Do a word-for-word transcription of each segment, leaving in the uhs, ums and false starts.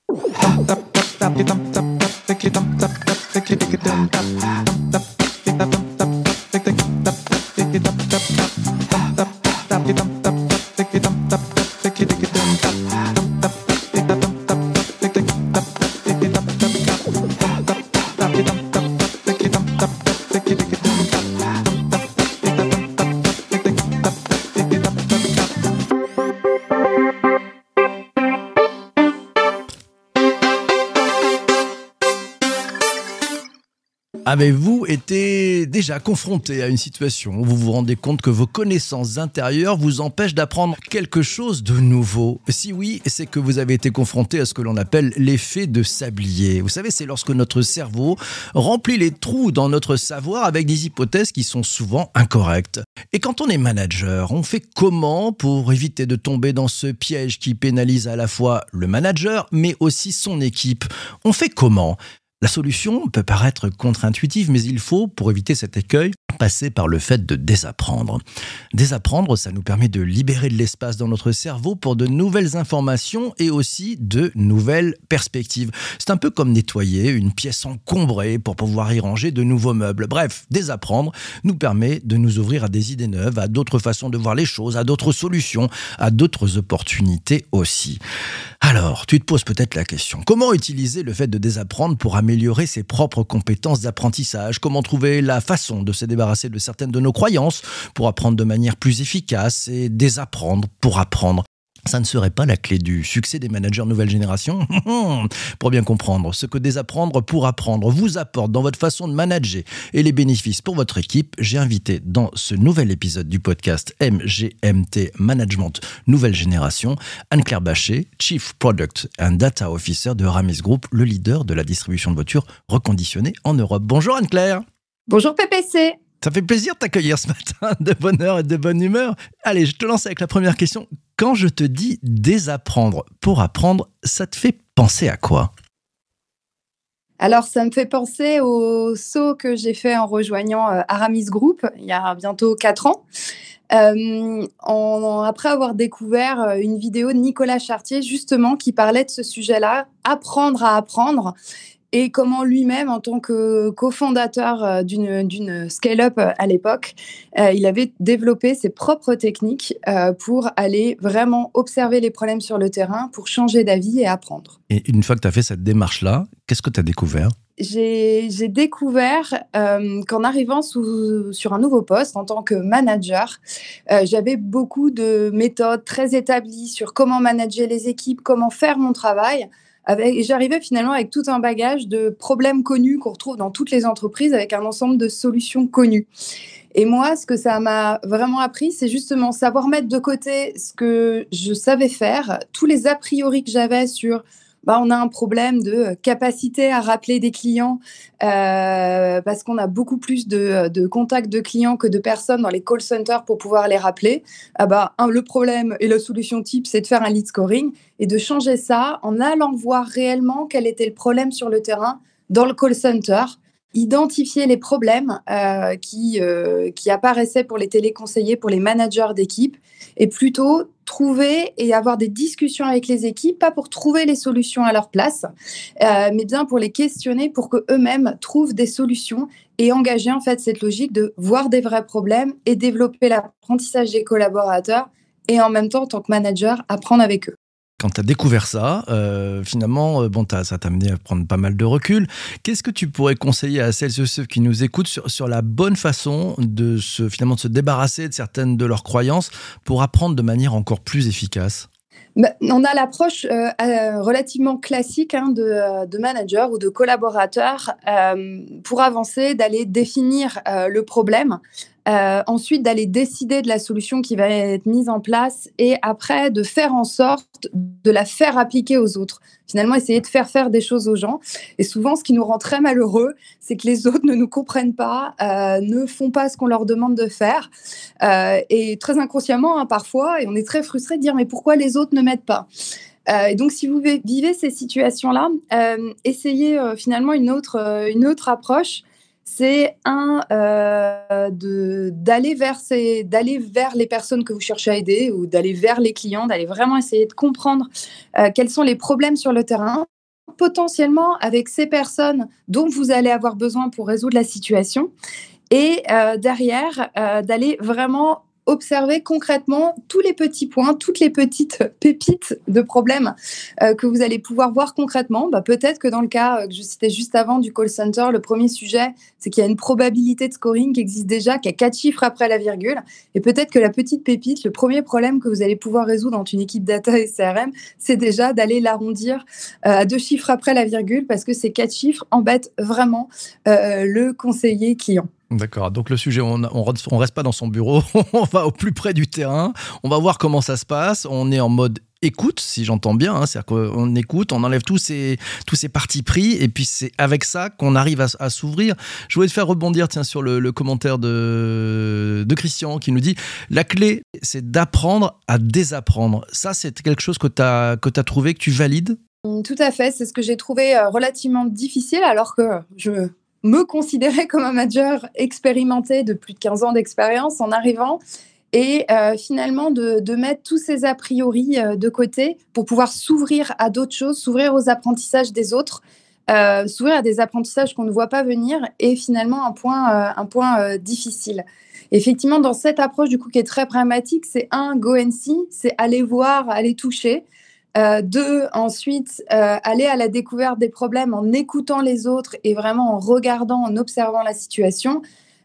Avez-vous été déjà confronté à une situation où vous vous rendez compte que vos connaissances intérieures vous empêchent d'apprendre quelque chose de nouveau? Si oui, c'est que vous avez été confronté à ce que l'on appelle l'effet de sablier. Vous savez, c'est lorsque notre cerveau remplit les trous dans notre savoir avec des hypothèses qui sont souvent incorrectes. Et quand on est manager, on fait comment pour éviter de tomber dans ce piège qui pénalise à la fois le manager, mais aussi son équipe? On fait comment ? La solution peut paraître contre-intuitive, mais il faut, pour éviter cet écueil, passer par le fait de désapprendre. Désapprendre, ça nous permet de libérer de l'espace dans notre cerveau pour de nouvelles informations et aussi de nouvelles perspectives. C'est un peu comme nettoyer une pièce encombrée pour pouvoir y ranger de nouveaux meubles. Bref, désapprendre nous permet de nous ouvrir à des idées neuves, à d'autres façons de voir les choses, à d'autres solutions, à d'autres opportunités aussi. Alors, tu te poses peut-être la question, comment utiliser le fait de désapprendre pour améliorer ses propres compétences d'apprentissage? Comment trouver la façon de se débarrasser de certaines de nos croyances pour apprendre de manière plus efficace et désapprendre pour apprendre? Ça ne serait pas la clé du succès des managers nouvelle génération? Pour bien comprendre ce que désapprendre pour apprendre vous apporte dans votre façon de manager et les bénéfices pour votre équipe, j'ai invité dans ce nouvel épisode du podcast M G M T Management Nouvelle Génération, Anne-Claire Bachet, Chief Product and Data Officer de Aramis Group, le leader de la distribution de voitures reconditionnées en Europe. Bonjour Anne-Claire. Bonjour P P C. Ça fait plaisir de t'accueillir ce matin, de bonne heure et de bonne humeur. Allez, je te lance avec la première question. Quand je te dis désapprendre pour apprendre, ça te fait penser à quoi ? Alors, ça me fait penser au saut que j'ai fait en rejoignant euh, Aramis Group il y a bientôt quatre ans. Euh, en, après avoir découvert euh, une vidéo de Nicolas Chartier, justement, qui parlait de ce sujet-là, apprendre à apprendre. Et comment lui-même, en tant que cofondateur d'une, d'une scale-up à l'époque, euh, il avait développé ses propres techniques euh, pour aller vraiment observer les problèmes sur le terrain, pour changer d'avis et apprendre. Et une fois que tu as fait cette démarche-là, qu'est-ce que tu as découvert ? J'ai, j'ai découvert euh, qu'en arrivant sous, sur un nouveau poste en tant que manager, euh, j'avais beaucoup de méthodes très établies sur comment manager les équipes, comment faire mon travail. Avec, et j'arrivais finalement avec tout un bagage de problèmes connus qu'on retrouve dans toutes les entreprises avec un ensemble de solutions connues. Et moi, ce que ça m'a vraiment appris, c'est justement savoir mettre de côté ce que je savais faire, tous les a priori que j'avais sur bah, on a un problème de capacité à rappeler des clients euh, parce qu'on a beaucoup plus de, de contacts de clients que de personnes dans les call centers pour pouvoir les rappeler. Ah bah, un, le problème et la solution type, c'est de faire un lead scoring et de changer ça en allant voir réellement quel était le problème sur le terrain dans le call center, identifier les problèmes euh, qui, euh, qui apparaissaient pour les téléconseillers, pour les managers d'équipe, et plutôt trouver et avoir des discussions avec les équipes, pas pour trouver les solutions à leur place, euh, mais bien pour les questionner, pour qu'eux-mêmes trouvent des solutions et engager en fait cette logique de voir des vrais problèmes et développer l'apprentissage des collaborateurs et en même temps, en tant que manager, apprendre avec eux. Quand tu as découvert ça, euh, finalement, bon, ça t'a amené à prendre pas mal de recul. Qu'est-ce que tu pourrais conseiller à celles et ceux qui nous écoutent sur, sur la bonne façon de se, finalement, de se débarrasser de certaines de leurs croyances pour apprendre de manière encore plus efficace ? Bah, on a l'approche euh, euh, relativement classique hein, de, de manager ou de collaborateur euh, pour avancer, d'aller définir euh, le problème, euh, ensuite d'aller décider de la solution qui va être mise en place et après de faire en sorte de la faire appliquer aux autres. Finalement, essayer de faire faire des choses aux gens. Et souvent, ce qui nous rend très malheureux, c'est que les autres ne nous comprennent pas, euh, ne font pas ce qu'on leur demande de faire. Euh, et très inconsciemment, hein, parfois, et on est très frustré de dire « mais pourquoi les autres ne m'aident pas ?» Euh, et donc, si vous vivez ces situations-là, euh, essayez euh, finalement une autre, euh, une autre approche. C'est un, euh, de, d'aller, vers ces, d'aller vers les personnes que vous cherchez à aider ou d'aller vers les clients, d'aller vraiment essayer de comprendre euh, quels sont les problèmes sur le terrain potentiellement avec ces personnes dont vous allez avoir besoin pour résoudre la situation. Et euh, derrière, euh, d'aller vraiment observer concrètement tous les petits points, toutes les petites pépites de problèmes euh, que vous allez pouvoir voir concrètement. Bah, peut-être que dans le cas euh, que je citais juste avant du call center, le premier sujet, c'est qu'il y a une probabilité de scoring qui existe déjà, qui a quatre chiffres après la virgule. Et peut-être que la petite pépite, le premier problème que vous allez pouvoir résoudre dans une équipe data et C R M, c'est déjà d'aller l'arrondir euh, à deux chiffres après la virgule, parce que ces quatre chiffres embêtent vraiment euh, le conseiller client. D'accord, donc le sujet, on ne reste pas dans son bureau, on va au plus près du terrain, on va voir comment ça se passe, on est en mode écoute, si j'entends bien, hein, c'est-à-dire qu'on écoute, on enlève tous ces, tous ces partis pris, et puis c'est avec ça qu'on arrive à, à s'ouvrir. Je voulais te faire rebondir tiens, sur le, le commentaire de, de Christian qui nous dit « La clé, c'est d'apprendre à désapprendre ». Ça, c'est quelque chose que tu as que tu as trouvé, que tu valides ? Tout à fait, c'est ce que j'ai trouvé euh, relativement difficile, alors que je me considérais comme un manager expérimenté de plus de quinze ans d'expérience en arrivant, et euh, finalement de, de mettre tous ces a priori euh, de côté pour pouvoir s'ouvrir à d'autres choses, s'ouvrir aux apprentissages des autres, euh, s'ouvrir à des apprentissages qu'on ne voit pas venir, et finalement un point, euh, un point euh, difficile. Effectivement, dans cette approche du coup qui est très pragmatique, c'est un, go and see, c'est aller voir, aller toucher. Euh, deux, ensuite, euh, aller à la découverte des problèmes en écoutant les autres et vraiment en regardant, en observant la situation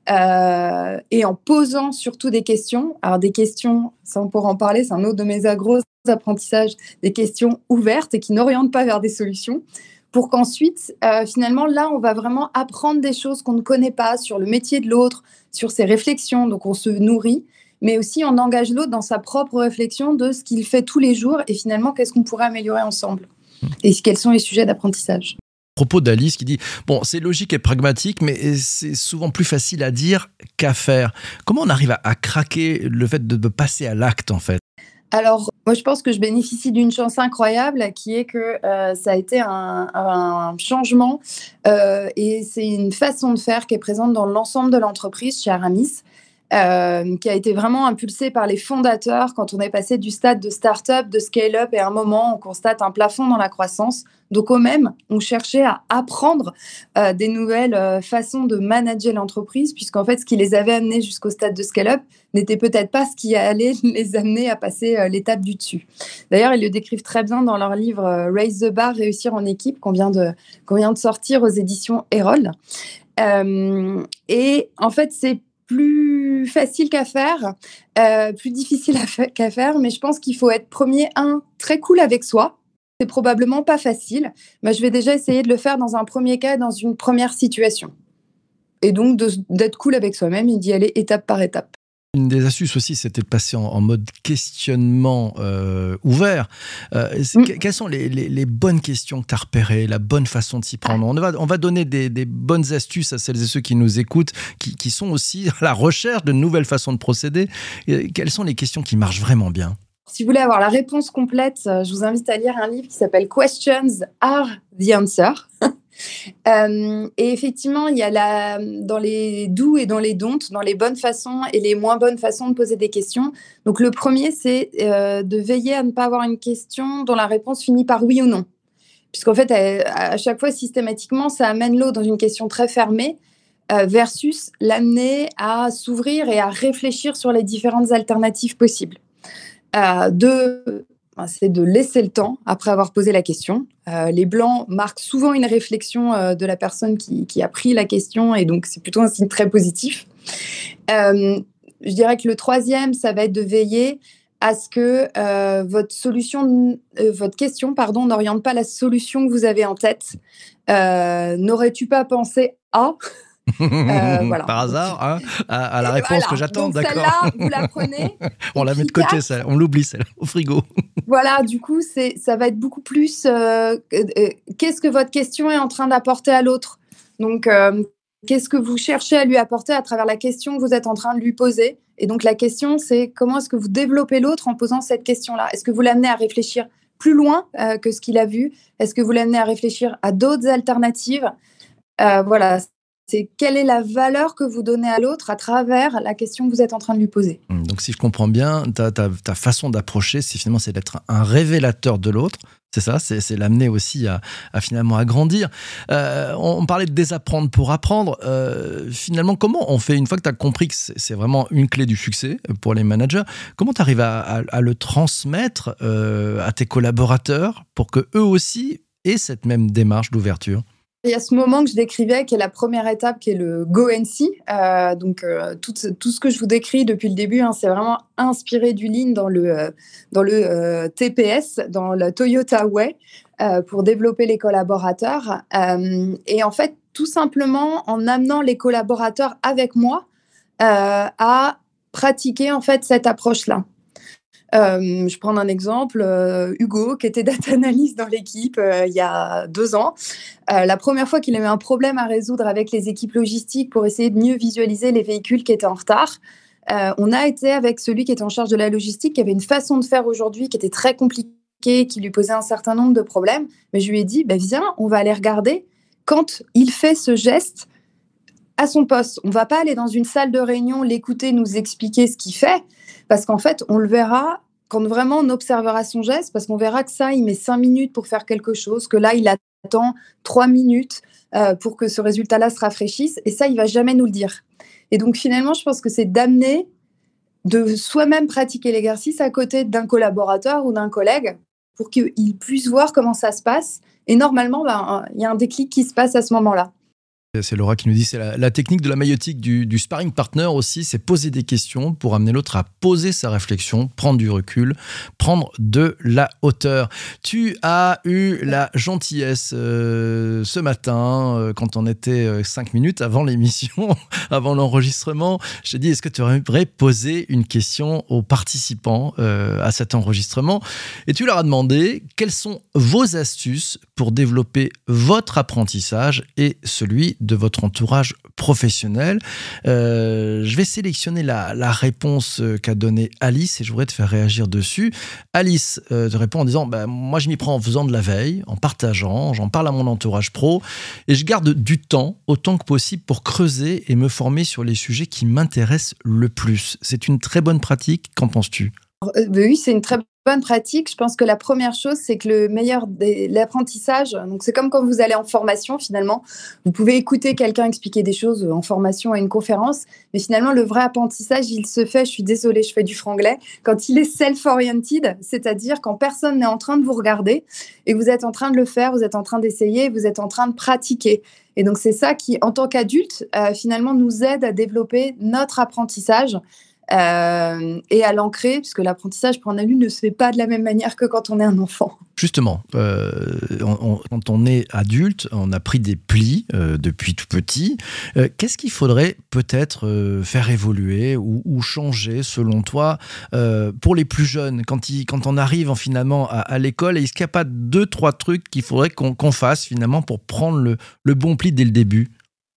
euh, et en posant surtout des questions. Alors des questions, ça on pourra en parler, c'est un autre de mes gros apprentissages, des questions ouvertes et qui n'orientent pas vers des solutions, pour qu'ensuite, euh, finalement, là, on va vraiment apprendre des choses qu'on ne connaît pas sur le métier de l'autre, sur ses réflexions, donc on se nourrit, mais aussi on engage l'autre dans sa propre réflexion de ce qu'il fait tous les jours et finalement, qu'est-ce qu'on pourrait améliorer ensemble et quels sont les sujets d'apprentissage. Propos d'Alice qui dit « Bon, c'est logique et pragmatique, mais c'est souvent plus facile à dire qu'à faire. » Comment on arrive à, à craquer le fait de, de passer à l'acte, en fait ? Alors, moi, je pense que je bénéficie d'une chance incroyable qui est que euh, ça a été un, un changement euh, et c'est une façon de faire qui est présente dans l'ensemble de l'entreprise chez Aramis. Euh, qui a été vraiment impulsé par les fondateurs quand on est passé du stade de start-up, de scale-up, et à un moment, on constate un plafond dans la croissance. Donc, au même, on cherchait à apprendre euh, des nouvelles euh, façons de manager l'entreprise, puisqu'en fait, ce qui les avait amenés jusqu'au stade de scale-up n'était peut-être pas ce qui allait les amener à passer euh, l'étape du dessus. D'ailleurs, ils le décrivent très bien dans leur livre euh, Raise the Bar, réussir en équipe, qu'on vient de, qu'on vient de sortir aux éditions Erol. Euh, et en fait, c'est plus facile qu'à faire, euh, plus difficile à fa- qu'à faire, mais je pense qu'il faut être premier, un, très cool avec soi. C'est probablement pas facile, mais je vais déjà essayer de le faire dans un premier cas, dans une première situation. Et donc de, d'être cool avec soi-même et d'y aller étape par étape. Une des astuces aussi, c'était de passer en, en mode questionnement euh, ouvert. Euh, mm. que, quelles sont les, les, les bonnes questions que tu as repérées, la bonne façon de s'y prendre ? On va, on va donner des, des bonnes astuces à celles et ceux qui nous écoutent, qui, qui sont aussi à la recherche de nouvelles façons de procéder. Et quelles sont les questions qui marchent vraiment bien ? Si vous voulez avoir la réponse complète, je vous invite à lire un livre qui s'appelle Questions are the answer. Euh, et effectivement, il y a la, dans les do et dans les don't, dans les bonnes façons et les moins bonnes façons de poser des questions. Donc le premier, c'est euh, de veiller à ne pas avoir une question dont la réponse finit par oui ou non. Puisqu'en fait, à, à chaque fois, systématiquement, ça amène l'autre dans une question très fermée euh, versus l'amener à s'ouvrir et à réfléchir sur les différentes alternatives possibles. Euh, deux, c'est de laisser le temps après avoir posé la question. Euh, les blancs marquent souvent une réflexion euh, de la personne qui, qui a pris la question, et donc c'est plutôt un signe très positif. Euh, je dirais que le troisième, ça va être de veiller à ce que euh, votre solution, euh, votre question, pardon, n'oriente pas la solution que vous avez en tête. Euh, n'aurais-tu pas pensé à Euh, voilà. Par hasard, hein, à, à la réponse voilà. que j'attends, donc, d'accord. Celle-là, vous la prenez. On la met de côté, celle, on l'oublie, celle, au frigo. Voilà, du coup, c'est, ça va être beaucoup plus euh, euh, qu'est-ce que votre question est en train d'apporter à l'autre. Donc, euh, qu'est-ce que vous cherchez à lui apporter à travers la question que vous êtes en train de lui poser. Et donc, la question, c'est comment est-ce que vous développez l'autre en posant cette question-là ? Est-ce que vous l'amenez à réfléchir plus loin euh, que ce qu'il a vu ? Est-ce que vous l'amenez à réfléchir à d'autres alternatives ? euh, Voilà. C'est quelle est la valeur que vous donnez à l'autre à travers la question que vous êtes en train de lui poser. Mmh, donc si je comprends bien, ta, ta, ta façon d'approcher, c'est finalement c'est d'être un révélateur de l'autre. C'est ça, c'est, c'est l'amener aussi à, à finalement à grandir. Euh, on, on parlait de désapprendre pour apprendre. Euh, finalement, comment on fait, une fois que tu as compris que c'est, c'est vraiment une clé du succès pour les managers, comment tu arrives à, à, à le transmettre euh, à tes collaborateurs pour qu'eux aussi aient cette même démarche d'ouverture? Il y a ce moment que je décrivais, qui est la première étape, qui est le go and see. Euh, donc, euh, tout, tout ce que je vous décris depuis le début, hein, c'est vraiment inspiré du Lean dans le, euh, dans le euh, T P S, dans le Toyota Way, euh, pour développer les collaborateurs. Euh, et en fait, tout simplement en amenant les collaborateurs avec moi euh, à pratiquer en fait cette approche-là. Euh, je prends un exemple, euh, Hugo, qui était data analyst dans l'équipe euh, il y a deux ans. Euh, la première fois qu'il a eu un problème à résoudre avec les équipes logistiques pour essayer de mieux visualiser les véhicules qui étaient en retard, euh, on a été avec celui qui était en charge de la logistique, qui avait une façon de faire aujourd'hui qui était très compliquée, qui lui posait un certain nombre de problèmes. Mais je lui ai dit, bah, viens, on va aller regarder quand il fait ce geste à son poste. On ne va pas aller dans une salle de réunion, l'écouter, nous expliquer ce qu'il fait, parce qu'en fait, on le verra quand vraiment on observera son geste, parce qu'on verra que ça, il met cinq minutes pour faire quelque chose, que là, il attend trois minutes euh, pour que ce résultat-là se rafraîchisse, et ça, il ne va jamais nous le dire. Et donc, finalement, je pense que c'est d'amener, de soi-même pratiquer l'exercice à côté d'un collaborateur ou d'un collègue pour qu'il puisse voir comment ça se passe. Et normalement, ben, il y a un déclic qui se passe à ce moment-là. C'est Laura qui nous dit, c'est la, la technique de la maïotique du, du sparring partner aussi, c'est poser des questions pour amener l'autre à poser sa réflexion, prendre du recul, prendre de la hauteur. Tu as eu la gentillesse euh, ce matin, euh, quand on était euh, cinq minutes avant l'émission, avant l'enregistrement, je t'ai dit, est-ce que tu aimerais poser une question aux participants euh, à cet enregistrement? Et tu leur as demandé quelles sont vos astuces pour développer votre apprentissage et celui de votre entourage professionnel. Euh, je vais sélectionner la, la réponse qu'a donnée Alice et je voudrais te faire réagir dessus. Alice euh, te répond en disant bah, « Moi, je m'y prends en faisant de la veille, en partageant, j'en parle à mon entourage pro et je garde du temps, autant que possible, pour creuser et me former sur les sujets qui m'intéressent le plus. » C'est une très bonne pratique. Qu'en penses-tu? Euh, oui, c'est une très bonne pratique. Je pense que la première chose, c'est que le meilleur de l'apprentissage, donc c'est comme quand vous allez en formation finalement, vous pouvez écouter quelqu'un expliquer des choses en formation à une conférence, mais finalement le vrai apprentissage, il se fait, je suis désolée, je fais du franglais, quand il est self-oriented, c'est-à-dire quand personne n'est en train de vous regarder et vous êtes en train de le faire, vous êtes en train d'essayer, vous êtes en train de pratiquer. Et donc c'est ça qui, en tant qu'adulte, euh, finalement nous aide à développer notre apprentissage. Euh, et à l'ancrer, puisque l'apprentissage pour un adulte ne se fait pas de la même manière que quand on est un enfant. Justement, euh, on, on, quand on est adulte, on a pris des plis euh, depuis tout petit. Euh, qu'est-ce qu'il faudrait peut-être euh, faire évoluer ou, ou changer selon toi euh, pour les plus jeunes quand, ils, quand on arrive en, finalement à, à l'école? Est-ce qu'il n'y a pas deux, trois trucs qu'il faudrait qu'on, qu'on fasse finalement pour prendre le, le bon pli dès le début?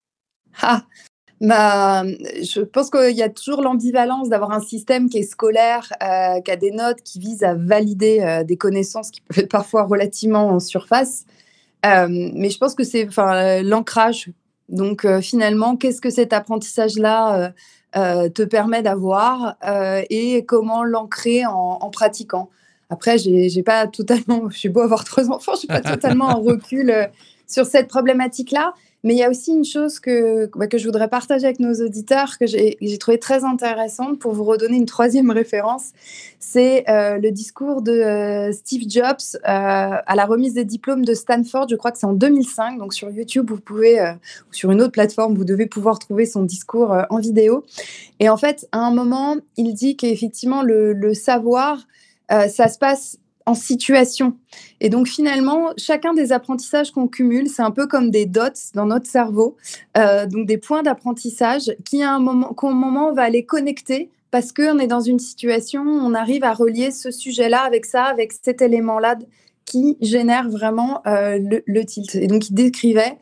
Ah Bah, je pense qu'il y a toujours l'ambivalence d'avoir un système qui est scolaire, euh, qui a des notes qui visent à valider euh, des connaissances qui peuvent être parfois relativement en surface. Euh, mais je pense que c'est enfin, l'ancrage. Donc euh, finalement, qu'est-ce que cet apprentissage-là euh, euh, te permet d'avoir euh, et comment l'ancrer en, en pratiquant. Après, j'ai, j'ai pas totalement, je suis beau avoir trois enfants, je n'ai pas totalement un recul euh, sur cette problématique-là. Mais il y a aussi une chose que, bah, que je voudrais partager avec nos auditeurs, que j'ai, j'ai trouvé très intéressante pour vous redonner une troisième référence. C'est euh, le discours de euh, Steve Jobs euh, à la remise des diplômes de Stanford. Je crois que c'est en deux mille cinq. Donc sur YouTube, vous pouvez, euh, ou sur une autre plateforme, vous devez pouvoir trouver son discours euh, en vidéo. Et en fait, à un moment, il dit qu'effectivement, le, le savoir, euh, ça se passe en situation. Et donc finalement, chacun des apprentissages qu'on cumule, c'est un peu comme des dots dans notre cerveau, euh, donc des points d'apprentissage qui à un moment, qu'au moment on va les connecter parce qu'on est dans une situation où on arrive à relier ce sujet-là avec ça, avec cet élément-là qui génère vraiment euh, le, le tilt. Et donc il décrivait,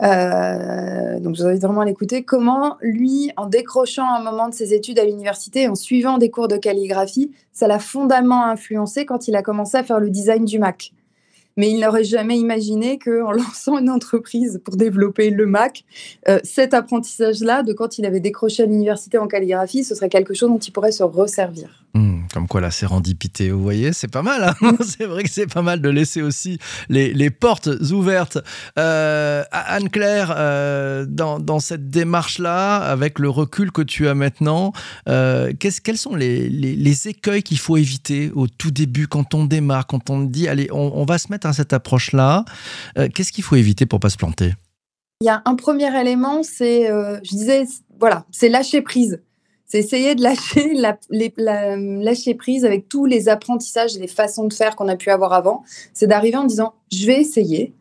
euh, donc je vous invite vraiment à l'écouter, comment lui, en décrochant un moment de ses études à l'université, en suivant des cours de calligraphie, ça l'a fondamentalement influencé quand il a commencé à faire le design du Mac. mais il n'aurait jamais imaginé qu'en lançant une entreprise pour développer le Mac, euh, cet apprentissage-là, de quand il avait décroché à l'université en calligraphie, ce serait quelque chose dont il pourrait se resservir. Mmh, comme quoi la sérendipité, vous voyez, c'est pas mal. Hein. Mm. C'est vrai que c'est pas mal de laisser aussi les, les portes ouvertes. Euh, Anne-Claire, euh, dans, dans cette démarche-là, avec le recul que tu as maintenant, euh, qu'est-ce, quels sont les, les, les écueils qu'il faut éviter au tout début, quand on démarre, quand on dit, allez, on, on va se mettre à cette approche-là, euh, qu'est-ce qu'il faut éviter pour pas se planter? Il y a un premier élément, c'est, euh, je disais, voilà, c'est lâcher prise. C'est essayer de lâcher, la, les, la, lâcher prise avec tous les apprentissages et les façons de faire qu'on a pu avoir avant. C'est d'arriver en disant, je vais essayer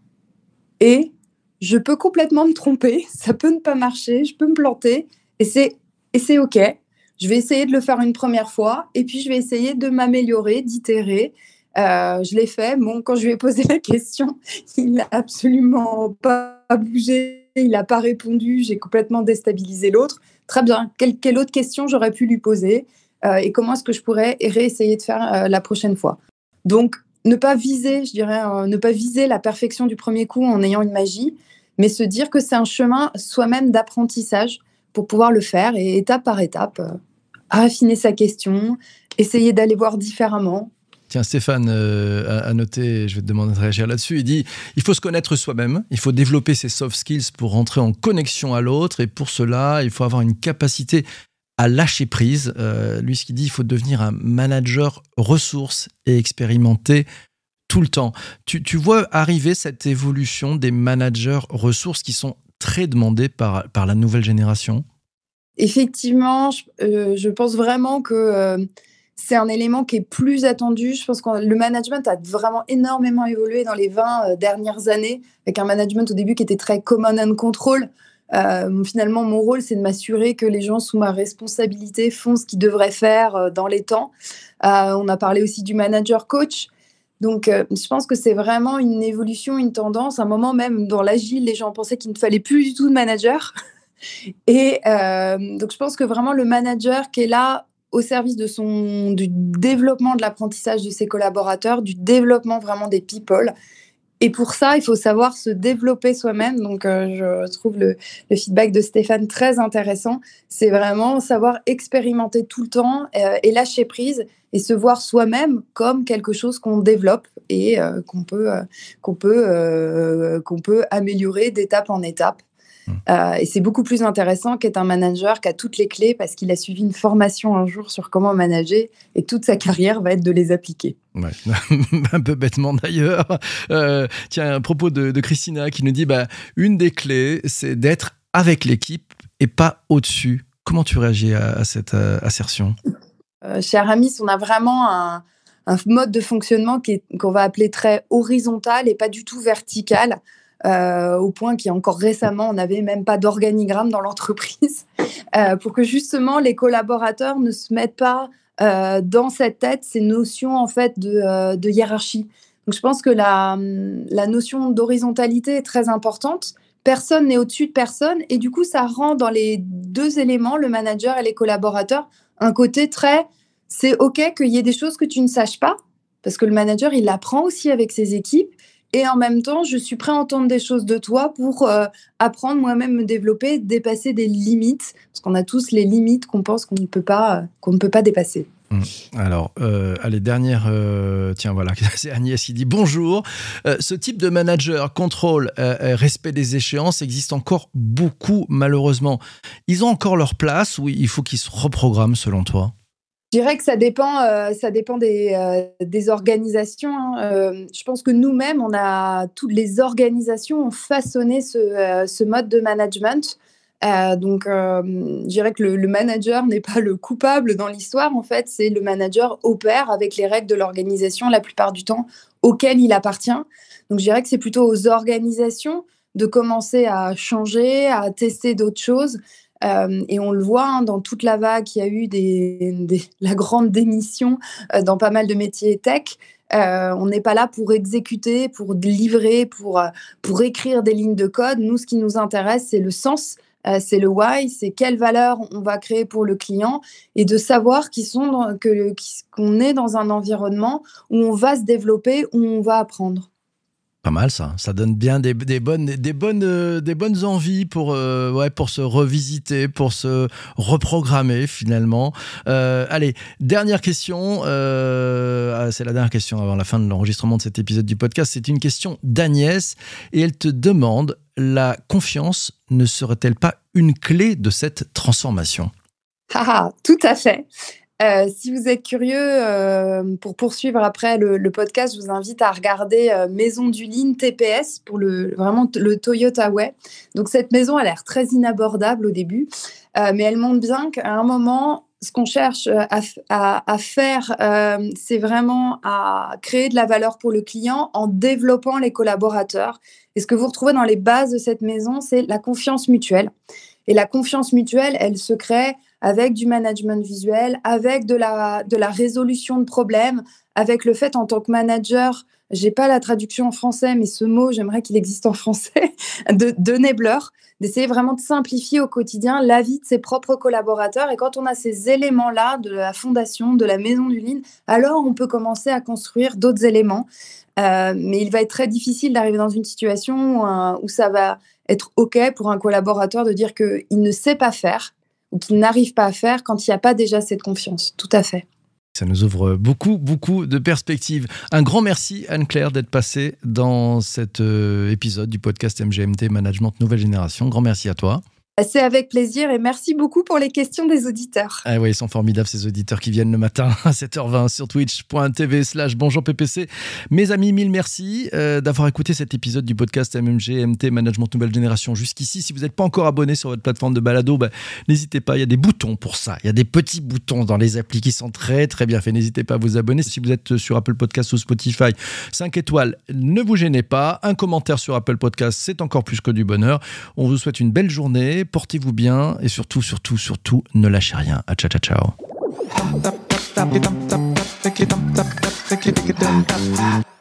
et je peux complètement me tromper, ça peut ne pas marcher, je peux me planter et c'est, et c'est OK. Je vais essayer de le faire une première fois et puis je vais essayer de m'améliorer, d'itérer. Euh, je l'ai fait. Bon, quand je lui ai posé la question, il n'a absolument pas bougé, il n'a pas répondu. J'ai complètement déstabilisé l'autre. Très bien. Quelle, quelle autre question j'aurais pu lui poser euh, et comment est-ce que je pourrais réessayer de faire euh, la prochaine fois? Donc, ne pas viser, je dirais, euh, ne pas viser la perfection du premier coup en ayant une magie, mais se dire que c'est un chemin soi-même d'apprentissage pour pouvoir le faire et étape par étape, euh, affiner sa question, essayer d'aller voir différemment. Tiens, Stéphane euh, a noté, je vais te demander de réagir là-dessus, il dit il faut se connaître soi-même, il faut développer ses soft skills pour rentrer en connexion à l'autre, et pour cela, il faut avoir une capacité à lâcher prise. Euh, lui, ce qu'il dit, il faut devenir un manager ressources et expérimenter tout le temps. Tu, tu vois arriver cette évolution des managers ressources qui sont très demandés par, par la nouvelle génération? Effectivement, je, euh, je pense vraiment que euh, c'est un élément qui est plus attendu. Je pense que le management a vraiment énormément évolué dans les vingt euh, dernières années, avec un management au début qui était très command and control. Euh, finalement, mon rôle, c'est de m'assurer que les gens sous ma responsabilité font ce qu'ils devraient faire euh, dans les temps. Euh, on a parlé aussi du manager coach. Donc, euh, je pense que c'est vraiment une évolution, une tendance. À un moment même, dans l'agile, les gens pensaient qu'il ne fallait plus du tout de manager. Et euh, donc, je pense que vraiment le manager qui est là au service de son, du développement de l'apprentissage de ses collaborateurs, du développement vraiment des people. Et pour ça, il faut savoir se développer soi-même. Donc, euh, je trouve le, le feedback de Stéphane très intéressant. C'est vraiment savoir expérimenter tout le temps euh, et lâcher prise et se voir soi-même comme quelque chose qu'on développe et euh, qu'on peut, euh, qu'on peut, euh, qu'on peut améliorer d'étape en étape. Euh, et c'est beaucoup plus intéressant qu'être un manager qui a toutes les clés parce qu'il a suivi une formation un jour sur comment manager et toute sa carrière va être de les appliquer. Ouais. Un peu bêtement d'ailleurs. Euh, tiens, un propos de, de Christina qui nous dit bah, une des clés, c'est d'être avec l'équipe et pas au-dessus. Comment tu réagis à, à cette euh, assertion? euh, Chez Aramis, on a vraiment un, un mode de fonctionnement qui est, qu'on va appeler très horizontal et pas du tout vertical. Euh, au point qu'encore récemment, on n'avait même pas d'organigramme dans l'entreprise, euh, pour que justement les collaborateurs ne se mettent pas euh, dans cette tête ces notions en fait de, euh, de hiérarchie. Donc je pense que la, la notion d'horizontalité est très importante. Personne n'est au-dessus de personne et du coup, ça rend dans les deux éléments, le manager et les collaborateurs, un côté très « c'est OK qu'il y ait des choses que tu ne saches pas », parce que le manager, il apprend aussi avec ses équipes. Et en même temps, je suis prêt à entendre des choses de toi pour euh, apprendre moi-même, me développer, dépasser des limites, parce qu'on a tous les limites qu'on pense qu'on ne peut pas, euh, qu'on ne peut pas dépasser. Mmh. Alors, euh, allez, dernière, euh, tiens, voilà, c'est Agnès qui dit bonjour. Euh, ce type de manager, contrôle, euh, respect des échéances existe encore beaucoup, malheureusement. Ils ont encore leur place ou il faut qu'ils se reprogramment selon toi? Je dirais que ça dépend, euh, ça dépend des, euh, des organisations. Hein. Euh, je pense que nous-mêmes, on a toutes les organisations ont façonné ce, euh, ce mode de management. Euh, donc, euh, je dirais que le, le manager n'est pas le coupable dans l'histoire. En fait, c'est le manager opère avec les règles de l'organisation la plupart du temps auxquelles il appartient. Donc, je dirais que c'est plutôt aux organisations de commencer à changer, à tester d'autres choses. Euh, et on le voit hein, dans toute la vague qu'il y a eu des, des, la grande démission euh, dans pas mal de métiers tech. Euh, on n'est pas là pour exécuter, pour livrer, pour, euh, pour écrire des lignes de code. Nous, ce qui nous intéresse, c'est le sens, euh, c'est le why, c'est quelle valeur on va créer pour le client et de savoir qu'ils sont dans, que, qu'on est dans un environnement où on va se développer, où on va apprendre. Pas mal ça, ça donne bien des, des, bonnes, des, bonnes, euh, des bonnes envies pour, euh, ouais, pour se revisiter, pour se reprogrammer finalement. Euh, allez, dernière question, euh, c'est la dernière question avant la fin de l'enregistrement de cet épisode du podcast, c'est une question d'Agnès et elle te demande, la confiance ne serait-elle pas une clé de cette transformation ? Ah, tout à fait. Euh, si vous êtes curieux, euh, pour poursuivre après le, le podcast, je vous invite à regarder euh, Maison du Lean T P S pour le, vraiment t- le Toyota Way. Donc cette maison a l'air très inabordable au début, euh, mais elle montre bien qu'à un moment, ce qu'on cherche à, à, à faire, euh, c'est vraiment à créer de la valeur pour le client en développant les collaborateurs. Et ce que vous retrouvez dans les bases de cette maison, c'est la confiance mutuelle. Et la confiance mutuelle, elle se crée avec du management visuel, avec de la, de la résolution de problèmes, avec le fait en tant que manager, j'ai pas la traduction en français, mais ce mot, j'aimerais qu'il existe en français, de, de enabler, d'essayer vraiment de simplifier au quotidien la vie de ses propres collaborateurs. Et quand on a ces éléments-là de la fondation, de la maison du Lean, alors on peut commencer à construire d'autres éléments. Euh, mais il va être très difficile d'arriver dans une situation où, un, où ça va être OK pour un collaborateur de dire qu'il ne sait pas faire ou qu'il n'arrive pas à faire quand il n'y a pas déjà cette confiance. Tout à fait. Ça nous ouvre beaucoup, beaucoup de perspectives. Un grand merci, Anne-Claire, d'être passée dans cet euh, épisode du podcast M G M T Management Nouvelle Génération. Grand merci à toi. C'est avec plaisir et merci beaucoup pour les questions des auditeurs. Ah oui, ils sont formidables ces auditeurs qui viennent le matin à sept heures vingt sur twitch.tv slash bonjour P P C. Mes amis, mille merci euh, d'avoir écouté cet épisode du podcast M M G M T Management Nouvelle Génération jusqu'ici. Si vous n'êtes pas encore abonné sur votre plateforme de balado, bah, n'hésitez pas, il y a des boutons pour ça. Il y a des petits boutons dans les applis qui sont très très bien faits. N'hésitez pas à vous abonner. Si vous êtes sur Apple Podcast ou Spotify, cinq étoiles, ne vous gênez pas. Un commentaire sur Apple Podcast, c'est encore plus que du bonheur. On vous souhaite une belle journée. Portez-vous bien et surtout, surtout, surtout, ne lâchez rien. À ciao, ciao, ciao.